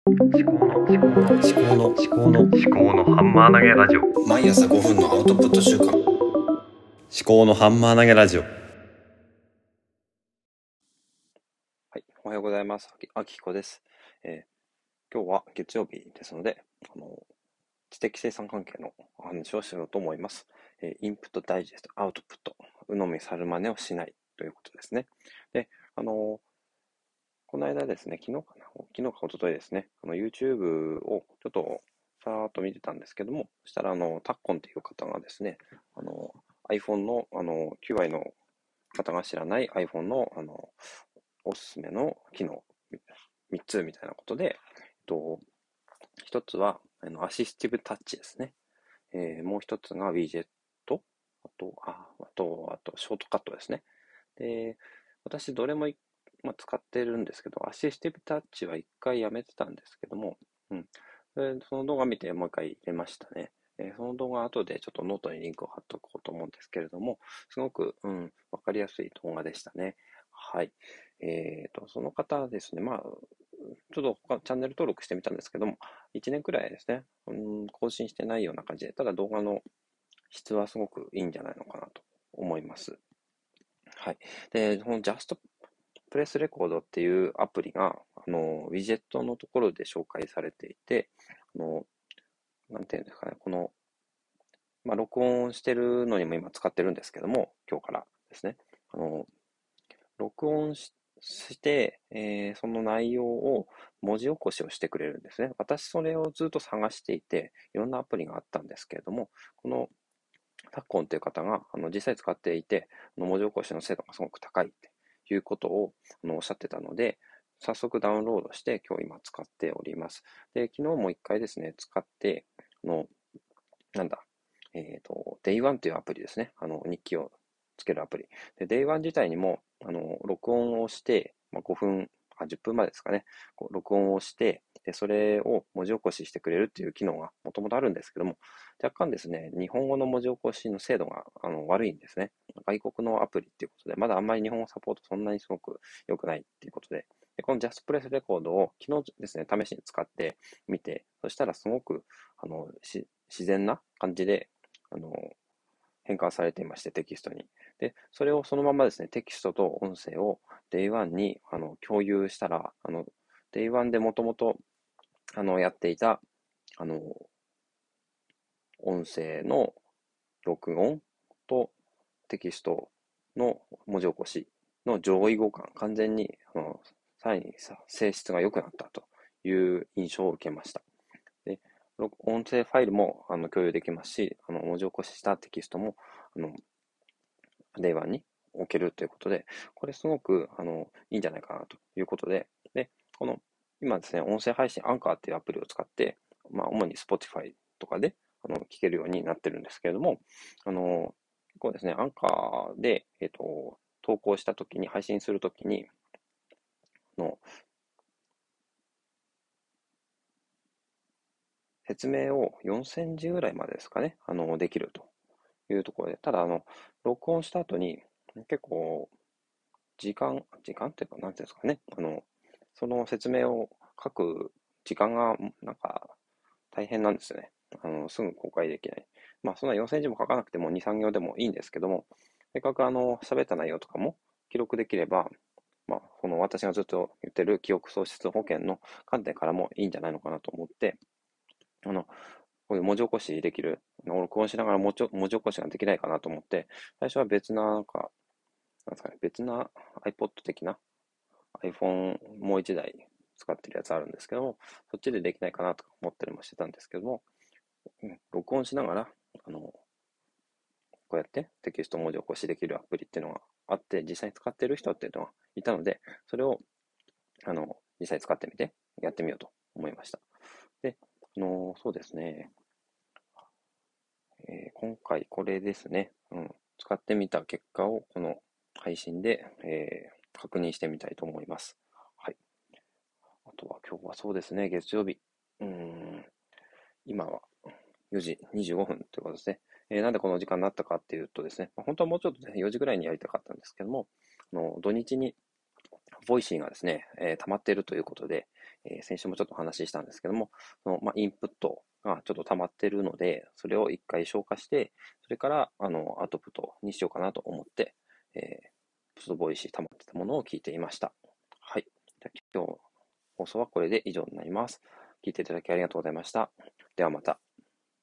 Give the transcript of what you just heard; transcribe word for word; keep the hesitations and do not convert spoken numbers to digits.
思考の思考の思考の思考の思考のハンマー投げラジオ。 毎朝ごふんのアウトプット週間。 思考のハンマー投げラジオ。 はい、おはようございます。あき、あきこです。えー今日は月曜日ですので、あの、知的生産関係のお話をしようと思います。えーインプットダイジェスト、アウトプット、鵜呑み猿真似をしないということですね。で、あの、この間ですね、昨日かな、昨日か一昨日ですね、あの YouTube をちょっとさーっと見てたんですけども、そしたらあの、タッコンという方がですね、あの、iPhone のあの、きゅうわいの方が知らない iPhone のあの、おすすめの機能みっつみたいなことで、えっと、ひとつはあのアシスティブタッチですね。えーもう一つがウィジェット、あと、あ、あと、あと、ショートカットですね。で、私、どれもい、まあ、使ってるんですけど、アシスティブタッチは一回やめてたんですけども、うん。でその動画見てもう一回入れましたね。えーその動画後でちょっとノートにリンクを貼っておこうと思うんですけれども、すごく、うん、わかりやすい動画でしたね。はい。えっと、その方ですね、まあ、ちょっと他チャンネル登録してみたんですけども、いちねんくらいですね、うん、更新してないような感じで、ただ動画の質はすごくいいんじゃないのかなと思います。はい。で、この Just Press Record っていうアプリが、あの、ウィジェットのところで紹介されていて、あの、なんていうんですかね、この、まあ、録音してるのにも今使ってるんですけども、今日からですね、あの、録音しして、えーその内容を文字起こしをしてくれるんですね。私それをずっと探していて、いろんなアプリがあったんですけれども、このタッコンという方があの実際使っていて、あの文字起こしの精度がすごく高いっていうことをあのおっしゃってたので、早速ダウンロードして今日今使っております。で、昨日も一回ですね、使って、あの、なんだ、えっと、デイワン というアプリですね。あの、日記をつけるアプリ。で、デイワン 自体にも、あの、録音をして、まあ、ごふん、あ、じゅっぷんまでですかね。こう録音をして、で、それを文字起こししてくれるっていう機能がもともとあるんですけども、若干ですね、日本語の文字起こしの精度があの悪いんですね。外国のアプリっていうことで、まだあんまり日本語サポートそんなにすごく良くないっていうことで、でこの JustPress レコードを昨日ですね、試しに使ってみて、そしたらすごくあのし自然な感じで、あの、変換されていまして、テキストに。で、それをそのままですね、テキストと音声を デイワン にあの共有したら、あの、デイワン でもともとあのやっていた、あの、音声の録音とテキストの文字起こしの上位互換、完全にあのさらにさ性質が良くなったという印象を受けました。で、音声ファイルもあの共有できますし、あの文字起こししたテキストもあのデイワンに置けるということで、これすごくあのいいんじゃないかなということで、で、この今ですね、音声配信アンカーっていうアプリを使って、まあ、主に Spotify とかであの聞けるようになってるんですけれども、あの、結構ですね、アンカーで、えっと、投稿したときに、配信するときに、の説明をよんせんじぐらいまでですかね、あの、できるというところで、ただ、あの、録音した後に、結構、時間、時間っていうか、なんていうんですかね、あの、その説明を書く時間が、なんか、大変なんですよね。あの、すぐ公開できない。まあ、そんなよんせんじも書かなくてもに、さん行でもいいんですけども、せっかくあの、喋った内容とかも記録できれば、まあ、この私がずっと言ってる記憶喪失保険の観点からもいいんじゃないのかなと思って、あの、こういう文字起こしできる、録音しながら文字文字起こしができないかなと思って、最初は別な、なんか、なんですかね、別な iPod 的な iPhone もう一台使ってるやつあるんですけども、そっちでできないかなとか思ったりもしてたんですけども、うん、録音しながら、あの、こうやってテキスト文字起こしできるアプリっていうのがあって、実際に使ってる人っていうのがいたので、それを、あの、実際使ってみて、やってみようと思いました。で、あの、そうですね、えー今回これですね、うん、使ってみた結果をこの配信で、えー確認してみたいと思います。はい。あとは今日はそうですね、月曜日。うーん、今はよじにじゅうごふんということですね。えーなんでこの時間になったかっていうとですね、まあ本当はもうちょっとね、よじぐらいにやりたかったんですけども、あの土日にボイシーがですね、えー溜まっているということで、 えー先週もちょっとお話ししたんですけども、その、まあ、インプットがちょっと溜まってるので、それを一回消化して、それから、あの、アウトプットにしようかなと思って、えー、ちょっとボイシー溜まってたものを聞いていました。はい。じゃあ今日、放送はこれで以上になります。聞いていただきありがとうございました。ではまた。